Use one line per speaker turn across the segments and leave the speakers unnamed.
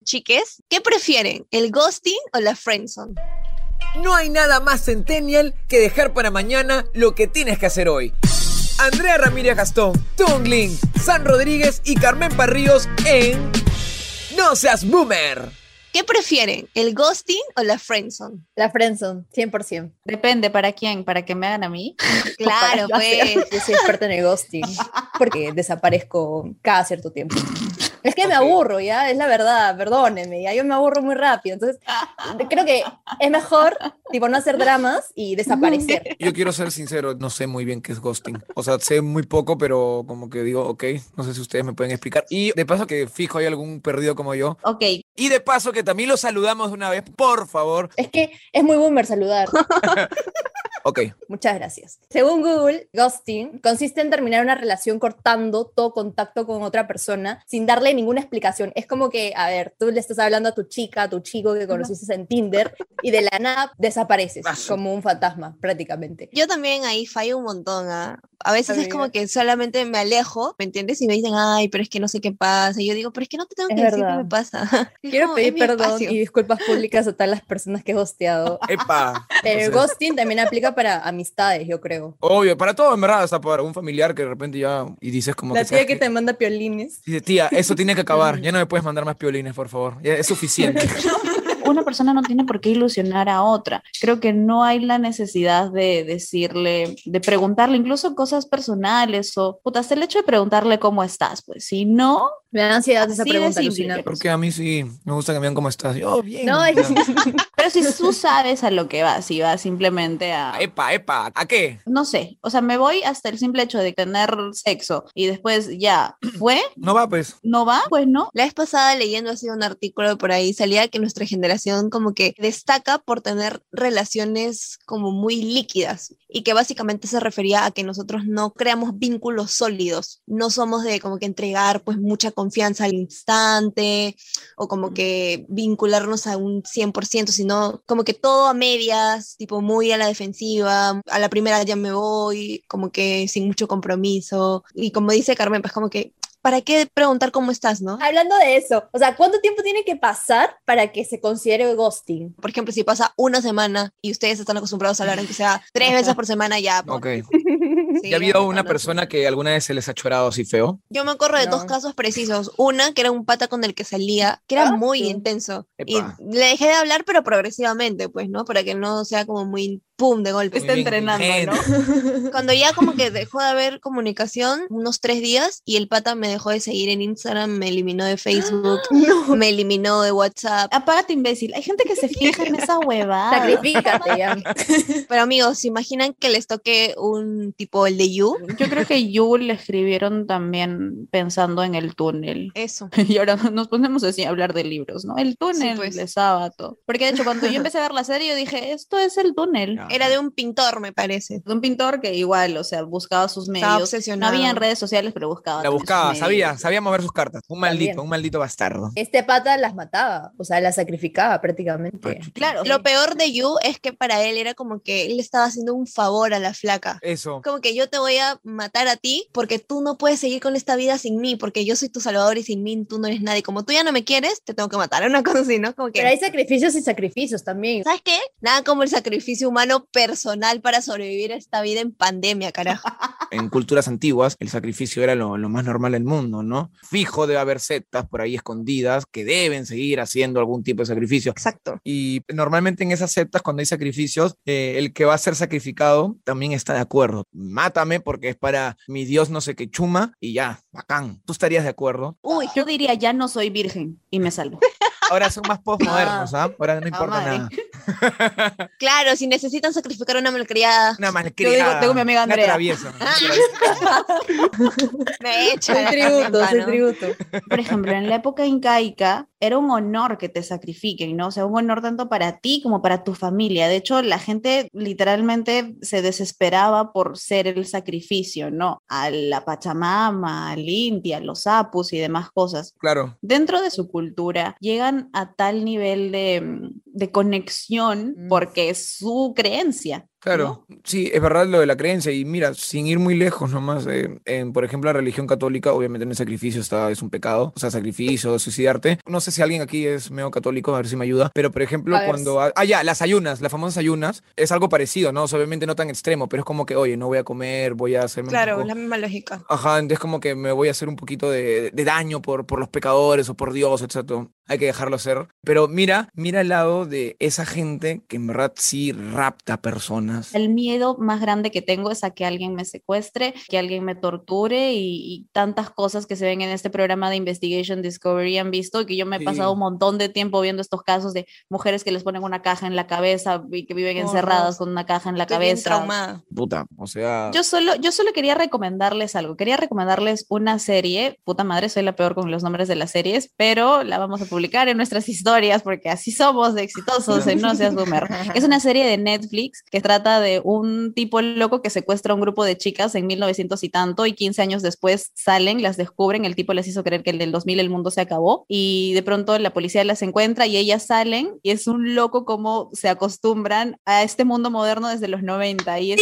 chiques, ¿qué prefieren? ¿El ghosting o la friendzone?
No hay nada más centennial que dejar para mañana lo que tienes que hacer hoy. Andrea Ramírez Gastón, Tungling, San Rodríguez y Carmen Parríos en No Seas Boomer.
¿Qué prefieren? ¿El ghosting o la friendzone?
La friendzone, 100%.
Depende, ¿para quién? ¿Para que me hagan a mí?
Claro, pues.
Yo soy experta en el ghosting, porque desaparezco cada cierto tiempo. Es que me aburro, ya, es la verdad, perdónenme, ya yo me aburro muy rápido, entonces creo que es mejor, tipo, no hacer dramas y desaparecer.
Yo quiero ser sincero, no sé muy bien qué es ghosting. O sea, sé muy poco, pero como que digo, ok, no sé si ustedes me pueden explicar. Y de paso que fijo hay algún perdido como yo.
Ok.
Y de paso que también los saludamos de una vez, por favor.
Es que es muy boomer saludar.
Ok.
Muchas gracias. Según Google, ghosting consiste en terminar una relación cortando todo contacto con otra persona sin darle ninguna explicación. Es como que, a ver, tú le estás hablando a tu chica, a tu chico que conociste en Tinder y de la nada desapareces como un fantasma prácticamente.
Yo también ahí fallo un montón, ¿ah? A veces
Amiga.
es como que solamente me alejo, ¿me entiendes? Y me dicen, ay, pero es que no sé qué pasa. Y yo digo, pero es que no te tengo que decir qué me pasa. Es
Quiero
como,
pedir
es mi
perdón
espacio.
y disculpas públicas a todas las personas que he ghosteado.
Epa.
Pero el
Entonces,
ghosting también aplica para amistades, yo creo.
obvio, para todo, en verdad, hasta para un familiar que de repente ya, y dices como
La
que...
tía
¿sabes
que
qué?
te manda piolines.
Dice, tía, eso tiene que acabar, ya no me puedes mandar más piolines, por favor, ya es suficiente.
Una persona no tiene por qué ilusionar a otra. Creo que no hay la necesidad de decirle, de preguntarle incluso cosas personales o, puta, hasta el hecho de preguntarle cómo estás, pues si no,
Me da ansiedad esa
Así de
pregunta,
simple.
Lucina.
Porque a mí sí, me gusta que me vean cómo estás. Yo, bien.
No,
Ya.
pero si tú sabes a lo que vas, si vas simplemente a,
Epa, epa, ¿a qué?
no sé, o sea, me voy hasta el simple hecho de tener sexo y después ya fue,
No va, pues.
no va, pues no.
La vez pasada leyendo así un artículo por ahí salía que nuestra generación como que destaca por tener relaciones como muy líquidas y que básicamente se refería a que nosotros no creamos vínculos sólidos, no somos de como que entregar pues mucha confianza al instante o como que vincularnos a un 100%, sino como que todo a medias, tipo muy a la defensiva, a la primera ya me voy, como que sin mucho compromiso y como dice Carmen, pues como que ¿para qué preguntar cómo estás, no?
hablando de eso, o sea, ¿cuánto tiempo tiene que pasar para que se considere ghosting?
Por ejemplo, si pasa una semana y ustedes están acostumbrados a hablar aunque sea 3 veces por semana, ya.
Ok.
Sí,
¿Ya ha habido
ya
una
no.
persona que alguna vez se les ha chorado así feo?
Yo me acuerdo de
No.
2 casos precisos. Una, que era un pata con el que salía, que era
Ah,
muy
sí.
intenso.
Epa.
Y le dejé de hablar, pero progresivamente, pues, ¿no? Para que no sea como muy pum de golpe.
Está
Muy bien
entrenando,
inteligente.
¿no?
Cuando ya como que dejó de haber comunicación, unos 3 días, y el pata me dejó de seguir en Instagram, me eliminó de Facebook,
No.
me eliminó de WhatsApp.
Apágate, imbécil. Hay gente que se fija en esa huevada.
Sacrifícate ya.
Pero amigos, ¿se imaginan que les toque un tipo el de You?
Yo creo que Yul le escribieron también pensando en el túnel.
Eso.
Y ahora nos ponemos así a hablar de libros, ¿no? El túnel
Sí, pues.
de Sábato. Porque de hecho, cuando yo empecé a ver la serie, yo dije, esto es el túnel.
Ya.
Era de un pintor, me parece.
De un pintor que igual, o sea, buscaba sus
Estaba
medios. No
obsesionado.
había en redes sociales, pero buscaba.
La
también
buscaba,
sus
sabía,
medios.
sabía mover sus cartas.
También.
Un maldito bastardo.
Este pata las mataba, o sea, las sacrificaba prácticamente.
Macho.
Claro.
Lo peor de You es que para él era como que él le estaba haciendo un favor a la flaca.
Eso.
Como que yo te voy a matar a ti porque tú no puedes seguir con esta vida sin mí, porque yo soy tu salvador y sin mí tú no eres nadie. Como tú ya no me quieres, te tengo que matar. Una cosa así, ¿no? Como que,
Pero hay sacrificios y sacrificios también.
¿sabes qué? Nada como el sacrificio humano personal para sobrevivir a esta vida en pandemia, carajo.
En culturas antiguas, el sacrificio era lo más normal del mundo, ¿no? Fijo debe haber sectas por ahí escondidas que deben seguir haciendo algún tipo de sacrificio.
Exacto.
Y normalmente en esas sectas, cuando hay sacrificios, el que va a ser sacrificado también está de acuerdo. Mátame porque es para mi Dios no sé qué chuma y ya, bacán. ¿Tú estarías de acuerdo?
Uy, yo diría, ya no soy virgen y me salvo.
Ahora son más postmodernos, ¿ah? Ahora no importa
madre.
nada.
Claro, si necesitan sacrificar a una malcriada,
Una
Yo
malcriada.
digo, tengo mi amiga
una
Andrea.
traviesa.
me echan.
Soy tributo, soy tributo.
Por ejemplo, en la época incaica era un honor que te sacrifiquen, ¿no? O sea, un honor tanto para ti como para tu familia. De hecho, la gente literalmente se desesperaba por ser el sacrificio, ¿no? A la Pachamama, al Inti, a los Apus y demás cosas.
Claro.
Dentro de su cultura llegan a tal nivel de conexión porque es su creencia.
Claro, sí, es verdad lo de la creencia. Y mira, sin ir muy lejos nomás, por ejemplo, la religión católica, obviamente en el sacrificio es un pecado, o sea, sacrificio, suicidarte. No sé si alguien aquí es medio católico, a ver si me ayuda, pero por ejemplo,
A ver.
ya, las ayunas, las famosas ayunas, es algo parecido, ¿no? O sea, obviamente no tan extremo, pero es como que, oye, no voy a comer, voy a hacerme un
Claro,
poco...
la misma lógica.
Ajá, entonces como que me voy a hacer un poquito de daño por los pecadores o por Dios, etc. Hay que dejarlo hacer. Pero mira el lado de esa gente que en verdad sí rapta personas.
El miedo más grande que tengo es a que alguien me secuestre, que alguien me torture y tantas cosas que se ven en este programa de Investigation Discovery han visto, que yo me he pasado un montón de tiempo viendo estos casos de mujeres que les ponen una caja en la cabeza y que viven encerradas con una caja en la
Estoy bien
cabeza.
traumada.
Puta, o sea...
Yo solo quería recomendarles algo. Quería recomendarles una serie. Puta madre, soy la peor con los nombres de las series, pero la vamos a publicar en nuestras historias porque así somos de exitosos en No Seas Boomer. Es una serie de Netflix que trata de un tipo loco que secuestra a un grupo de chicas en 1900 y tanto y 15 años después salen, las descubren, el tipo les hizo creer que en el 2000 el mundo se acabó y de pronto la policía las encuentra y ellas salen y es un loco como se acostumbran a este mundo moderno desde los 90 y es...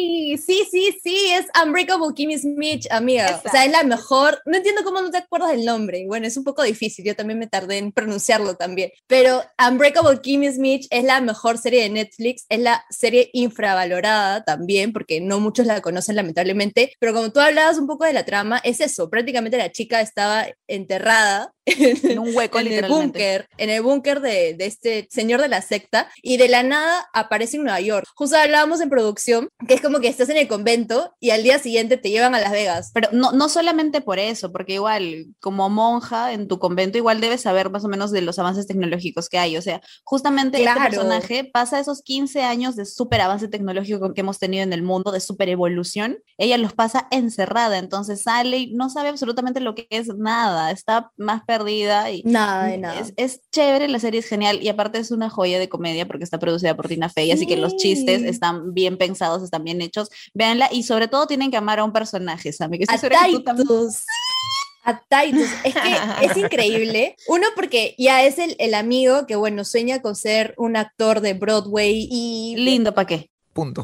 Sí, es Unbreakable Kimmy Smith, amiga.
Esa.
O sea, es la mejor. No entiendo cómo no te acuerdas del nombre. Bueno, es un poco difícil, yo también me tardé en pronunciarlo también. Pero Unbreakable Kimmy Smith es la mejor serie de Netflix, es la serie infravalorada también, porque no muchos la conocen lamentablemente. Pero como tú hablabas un poco de la trama, es eso, prácticamente la chica estaba enterrada
en un hueco literalmente.
en el búnker de este señor de la secta, y de la nada aparece en Nueva York. Justo hablábamos en producción, que es como que estás en el convento y al día siguiente te llevan a Las Vegas.
Pero no solamente por eso, porque igual como monja en tu convento igual debes saber más o menos de los avances tecnológicos que hay, o sea, justamente
Claro.
este personaje pasa esos 15 años de súper avance tecnológico que hemos tenido en el mundo, de súper evolución, ella los pasa encerrada, entonces sale y no sabe absolutamente lo que es nada, está más perdida y
Nada de nada.
es chévere, la serie es genial y aparte es una joya de comedia porque está producida por Tina Fey, así que los chistes están bien pensados, están bien hechos, véanla y sobre todo tienen que amar a un personaje, Sammy, que estoy segura que tú también...
A Titus, es que es increíble. Uno, porque ya es el amigo que, bueno, sueña con ser un actor de Broadway y...
Lindo, ¿para qué?
Punto.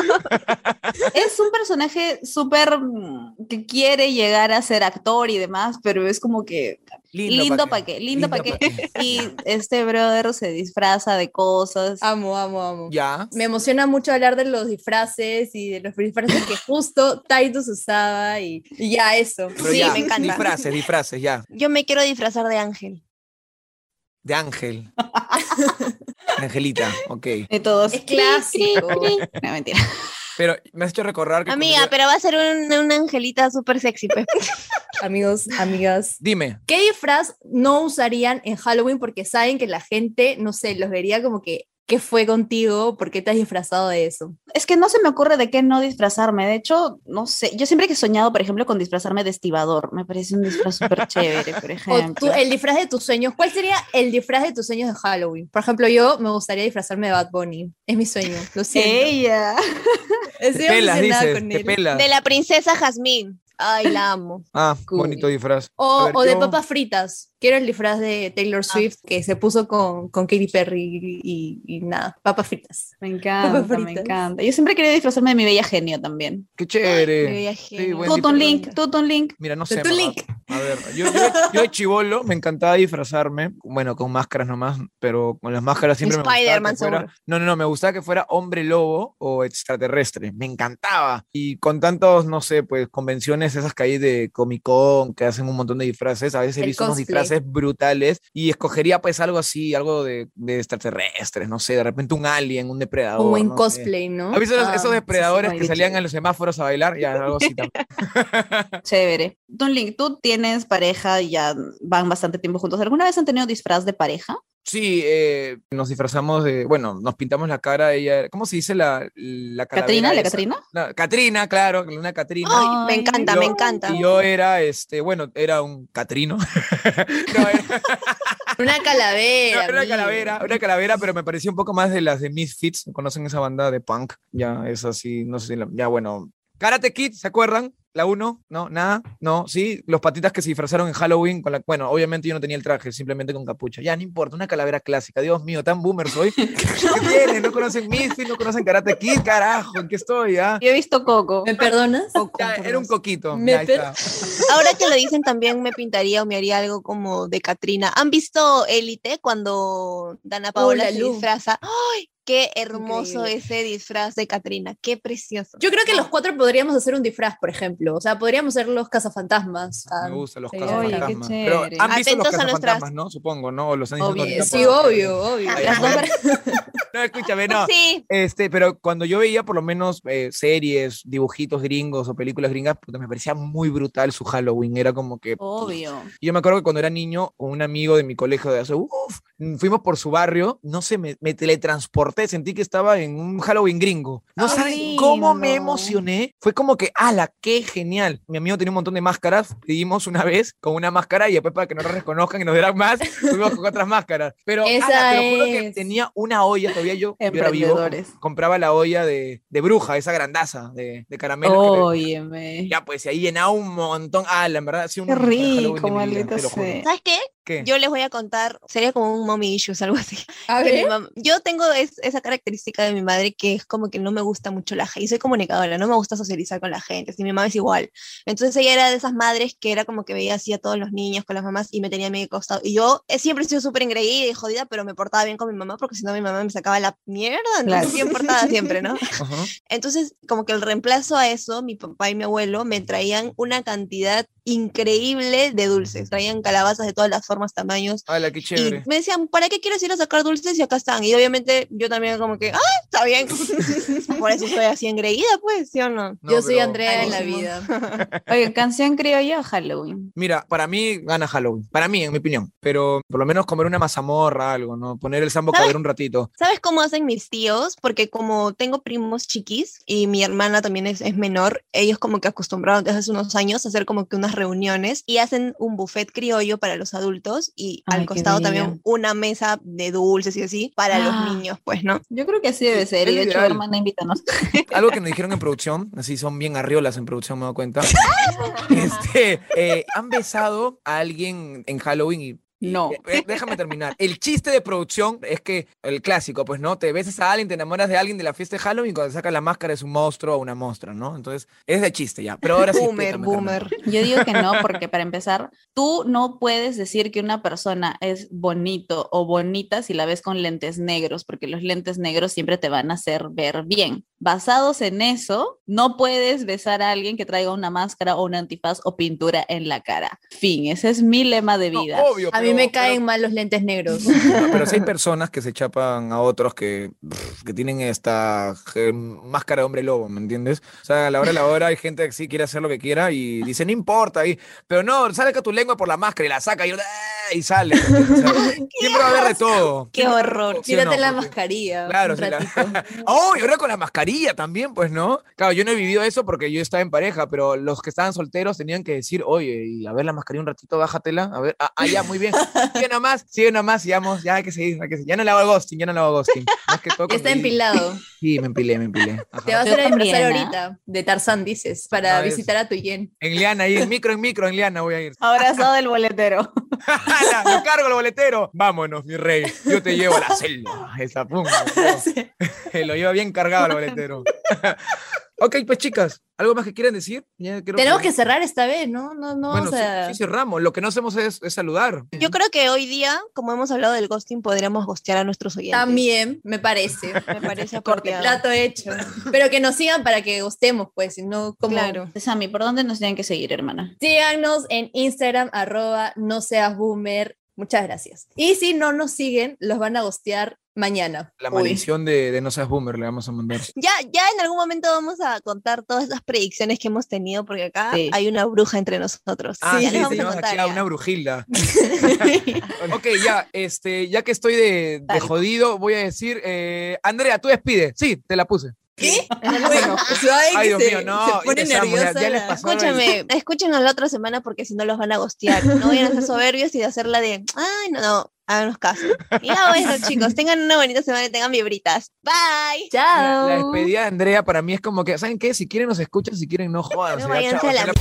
Es un personaje súper que quiere llegar a ser actor y demás, pero es como que lindo para qué, lindo para qué. Y este brother se disfraza de cosas.
Amo.
Ya.
Me emociona mucho hablar de los disfraces y de los disfraces que justo Titus usaba y ya eso.
Pero
Sí,
ya,
me encanta.
Disfraces, ya.
Yo me quiero disfrazar de ángel.
De ángel. Angelita, ok.
De todos.
Es clásico.
No, mentira.
Pero me has hecho recordar que...
Amiga, pero va a ser una angelita súper sexy, pues.
Amigos, amigas.
Dime.
¿Qué disfraz no usarían en Halloween porque saben que la gente, no sé, los vería como que, ¿qué fue contigo? ¿Por qué te has disfrazado de eso?
Es que no se me ocurre de qué no disfrazarme. De hecho, no sé. Yo siempre que he soñado, por ejemplo, con disfrazarme de estibador. Me parece un disfraz súper chévere, por
O
ejemplo.
el disfraz de tus sueños. ¿Cuál sería el disfraz de tus sueños de Halloween? Por ejemplo, yo me gustaría disfrazarme de Bad Bunny. Es mi sueño, lo siento.
Ella.
Estoy
Te pelas,
obsesionada
dices,
con
te
él.
pelas.
De la princesa Jazmín. Ay, la amo.
Ah,
Cool.
bonito disfraz.
O,
A ver,
o de
yo-
papas fritas. Quiero el disfraz de Taylor Swift que se puso con Katy Perry y nada, papas fritas.
Me encanta,
Papas
me
fritas.
encanta. Yo siempre quería disfrazarme de mi bella genio también.
Qué chévere.
Mi bella genio.
buen
Tutun
disfraz.
Link.
Mira, no sé.
Tutun
en
Link.
verdad. A ver, yo de chibolo me encantaba disfrazarme, bueno, con máscaras nomás, pero con las máscaras siempre me gustaba
Spider-Man,
que fuera,
seguro.
no, me gustaba que fuera hombre lobo o extraterrestre, me encantaba. Y con tantos, no sé, pues convenciones esas que hay de Comic Con, que hacen un montón de disfraces, a veces he
El
visto unos
cosplay.
disfraces brutales y escogería pues algo así, algo de extraterrestres, no sé, de repente un alien, un depredador.
Como en
no sé.
cosplay, ¿no?
¿Has visto esos depredadores
sí,
que salían en los semáforos a bailar? Ya, algo así también.
Chévere. Tutun Link, tú tienes pareja y ya van bastante tiempo juntos. ¿Alguna vez han tenido disfraz de pareja?
Sí, nos disfrazamos de, bueno, nos pintamos la cara, ella, ¿cómo se dice la calavera
¿Catrina? ¿La
esa?
Catrina?
Catrina, claro, una Catrina.
Ay, me
Ay,
encanta,
Yo-
me encanta.
Y yo era, bueno, era un Catrino. No,
Una calavera.
era
amigo.
una calavera, pero me parecía un poco más de las de Misfits. ¿Conocen esa banda de punk? Ya, es así, no sé si, ya bueno. Karate Kid, ¿se acuerdan? ¿La 1? ¿No? ¿Nada? ¿No? ¿Sí? Los patitas que se disfrazaron en Halloween bueno, obviamente yo no tenía el traje, simplemente con capucha. Ya, no importa, una calavera clásica. Dios mío, tan boomer soy. ¿Qué tienen? ¿No conocen Misfits? ¿No conocen Karate Kid? Carajo, ¿en qué estoy?
Yo he visto Coco.
¿Me perdonas?
Ya, era un coquito.
Me
Ya, ahí está.
Ahora que lo dicen también me pintaría o me haría algo como de Catrina. ¿Han visto Élite cuando Dana Paola se disfraza? ¡Ay! Qué hermoso
Increíble.
ese disfraz de Catrina, qué precioso.
Yo creo que los 4 podríamos hacer un disfraz, por ejemplo. O sea, podríamos ser los cazafantasmas.
Me gustan los
sería
cazafantasmas.
Oye, qué
Pero
chévere.
han visto los
Atentos a
cazafantasmas,
nuestras-
¿no? Supongo, ¿no? O los han visto
Obvio.
ahorita
Sí,
por-
obvio.
Ay,
Las
bueno.
dos
No, escúchame, no.
Sí,
Pero cuando yo veía por lo menos series, dibujitos gringos o películas gringas, puta, me parecía muy brutal su Halloween. Era como que...
Obvio.
Yo me acuerdo que cuando era niño, con un amigo de mi colegio de hace, fuimos por su barrio, no sé, me teletransporté, sentí que estaba en un Halloween gringo. No
¡Ay,
saben cómo me
lindo!
emocioné. Fue como que, ¡ala, qué genial! Mi amigo tenía un montón de máscaras, pedimos una vez con una máscara y después para que no nos reconozcan y nos dieran más, fuimos con otras máscaras. Pero,
Esa
te lo juro que
es.
tenía una olla, todavía yo era vivo,
Emprendedores.
compraba la olla de bruja, esa grandaza de caramelo. que
Óyeme.
ya, pues, y ahí llenaba un montón. En verdad, ha sido
Qué
un mejor Halloween
rico,
de mi vida,
maldita
te lo juro.
sea.
¿sabes qué?
¿Qué?
Yo les voy a contar, sería como un mommy issues, algo así.
A
Que mi
ver.
yo tengo esa característica de mi madre que es como que no me gusta mucho la gente, y soy comunicadora, no me gusta socializar con la gente, si mi mamá es igual. Entonces ella era de esas madres que era como que veía así a todos los niños con las mamás y me tenía a mí de costado. Y yo siempre he sido súper engreída y jodida, pero me portaba bien con mi mamá porque si no mi mamá me sacaba la mierda, entonces
Claro.
bien portada siempre, ¿no?
Ajá.
Entonces, como que el reemplazo a eso, mi papá y mi abuelo me traían una cantidad increíble de dulces. Traían calabazas de todas las formas, tamaños.
¡Hala, qué
Y
chévere!
me decían, ¿para qué quieres ir a sacar dulces? Y acá están. Y obviamente yo también como que, ¡ah, está bien! Por eso soy así engreída, pues, ¿sí o no?
No,
Yo soy
pero-
Andrea en la
Buenísimo.
vida.
Oye, canción criolla o Halloween.
Mira, para mí gana Halloween. Para mí, en mi opinión. Pero por lo menos comer una mazamorra, algo, ¿no? Poner el sambo
¿Sabes?
caber un ratito.
¿Sabes cómo hacen mis tíos? Porque como tengo primos chiquis y mi hermana también es menor, ellos como que acostumbraron desde hace unos años a hacer como que unas reuniones y hacen un buffet criollo para los adultos y
Ay,
al
qué
costado
bello.
también una mesa de dulces y así para los
Ah.
niños, pues, ¿no?
Yo creo que así debe ser.
es
Y de hecho,
literal.
hermana, invítanos.
Algo que nos dijeron en producción, así son bien arriolas en producción, me doy cuenta. Han besado a alguien en Halloween y
No.
Déjame terminar. El chiste de producción es que el clásico, pues, ¿no? Te besas a alguien, te enamoras de alguien de la fiesta de Halloween, cuando sacas la máscara es un monstruo o una monstrua, ¿no? Entonces, es de chiste ya. Pero ahora sí.
Boomer,
explícame,
boomer.
Carmen.
Yo digo que no, porque para empezar, tú no puedes decir que una persona es bonito o bonita si la ves con lentes negros, porque los lentes negros siempre te van a hacer ver bien. Basados en eso, no puedes besar a alguien que traiga una máscara o un antifaz o pintura en la cara. Fin, ese es mi lema de
No,
vida.
obvio,
A mí me caen mal los lentes negros.
Pero sí hay personas que se chapan a otros que tienen esta máscara de hombre lobo, ¿me entiendes? O sea, a la hora de la hora hay gente que sí quiere hacer lo que quiera y dice, no importa, pero no, saca tu lengua por la máscara y la saca y sale. O sea, siempre va a haber de todo.
Qué
Siempre va a haber
horror.
de todo, ¿sí o
Tírate
no?
la
Porque-
mascarilla.
Claro,
un
sí,
ratito.
Oh, y ahora con la mascarilla también, pues, ¿no? Claro, yo no he vivido eso porque yo estaba en pareja, pero los que estaban solteros tenían que decir, oye, y a ver la mascarilla un ratito, bájatela, a ver, ya, muy bien. Sigue nomás, sigamos, ya hay que seguir, Ya no le hago ghosting, Más que todo
Ya está
cuando-
empilado.
Sí, me empilé. Ajá.
Te vas a
Yo
ir a disfrazar
también,
ahorita de Tarzán, dices, para
No, es-
visitar a tu Yen.
En Liana, ahí, en micro, en Liana voy a ir.
Abrazado del boletero.
Lo cargo el boletero. Vámonos, mi rey. Yo te llevo a la celda. Esa punta. Lo lleva bien cargado el boletero. Ok, pues chicas, ¿algo más que quieren decir? Ya creo
Tenemos que cerrar esta vez, ¿no? No
Bueno,
vamos a...
sí cerramos. Lo que no hacemos es saludar.
Yo creo que hoy día, como hemos hablado del ghosting, podríamos ghostear a nuestros oyentes.
También, me parece.
Me parece
Corte,
apropiado.
plato hecho. Pero que nos sigan para que gustemos, pues, si no como...
Claro.
Sammy, ¿por dónde nos tienen que seguir, hermana?
Síganos en Instagram, @noseasboomer. Muchas gracias. Y si no nos siguen, los van a ghostear mañana.
La
Uy.
maldición de No Seas Boomer le vamos a mandar.
Ya en algún momento vamos a contar todas las predicciones que hemos tenido, porque acá
Sí.
hay una bruja entre nosotros.
Ah,
ya
sí,
les vamos a
tenemos
contar.
aquí a
ya.
una brujilda. Ok, ya que estoy de
Dale.
jodido, voy a decir, Andrea, tú despide. Sí, te la puse.
¿Qué?
Bueno,
Ay, Dios mío, no,
se pone
empezamos,
nerviosa.
ya les
la-
pasó.
escúchennos la otra semana porque si no los van a ghostear. No vayan a ser soberbios y de hacerla de, ay, no, Háganos caso. Y ya bueno, chicos, tengan una bonita semana y tengan viebritas. Bye.
Chao.
La despedida de Andrea para mí es como que, ¿saben qué? Si quieren nos escuchan, si quieren no jodan.
No
O sea,
váyanse
chao,
a la-
hasta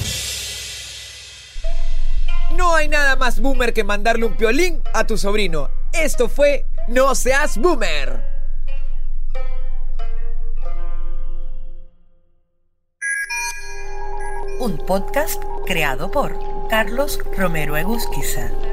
No hay nada más boomer que mandarle un piolín a tu sobrino. Esto fue No Seas Boomer.
Un podcast creado por Carlos Romero Egusquiza.